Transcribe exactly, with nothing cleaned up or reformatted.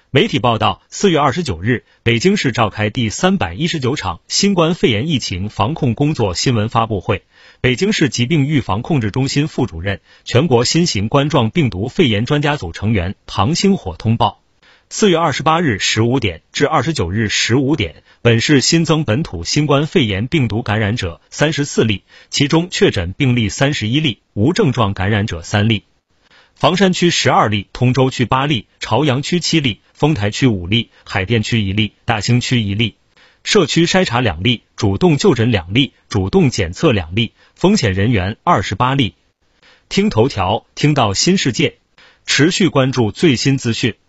媒体报道，四月二十九日，北京市召开第三百一十九场新冠肺炎疫情防控工作新闻发布会。北京市疾病预防控制中心副主任、全国新型冠状病毒肺炎专家组成员庞星火通报，四月二十八日十五点至二十九日十五点，本市新增本土新冠肺炎病毒感染者三十四例，其中确诊病例三十一例，无症状感染者三例。房山区十二例，通州区八例，朝阳区七例，丰台区五例，海淀区一例，大兴区一例。社区筛查两例，主动就诊两例，主动检测两例，风险人员二十八例。听头条，听到新世界，持续关注最新资讯。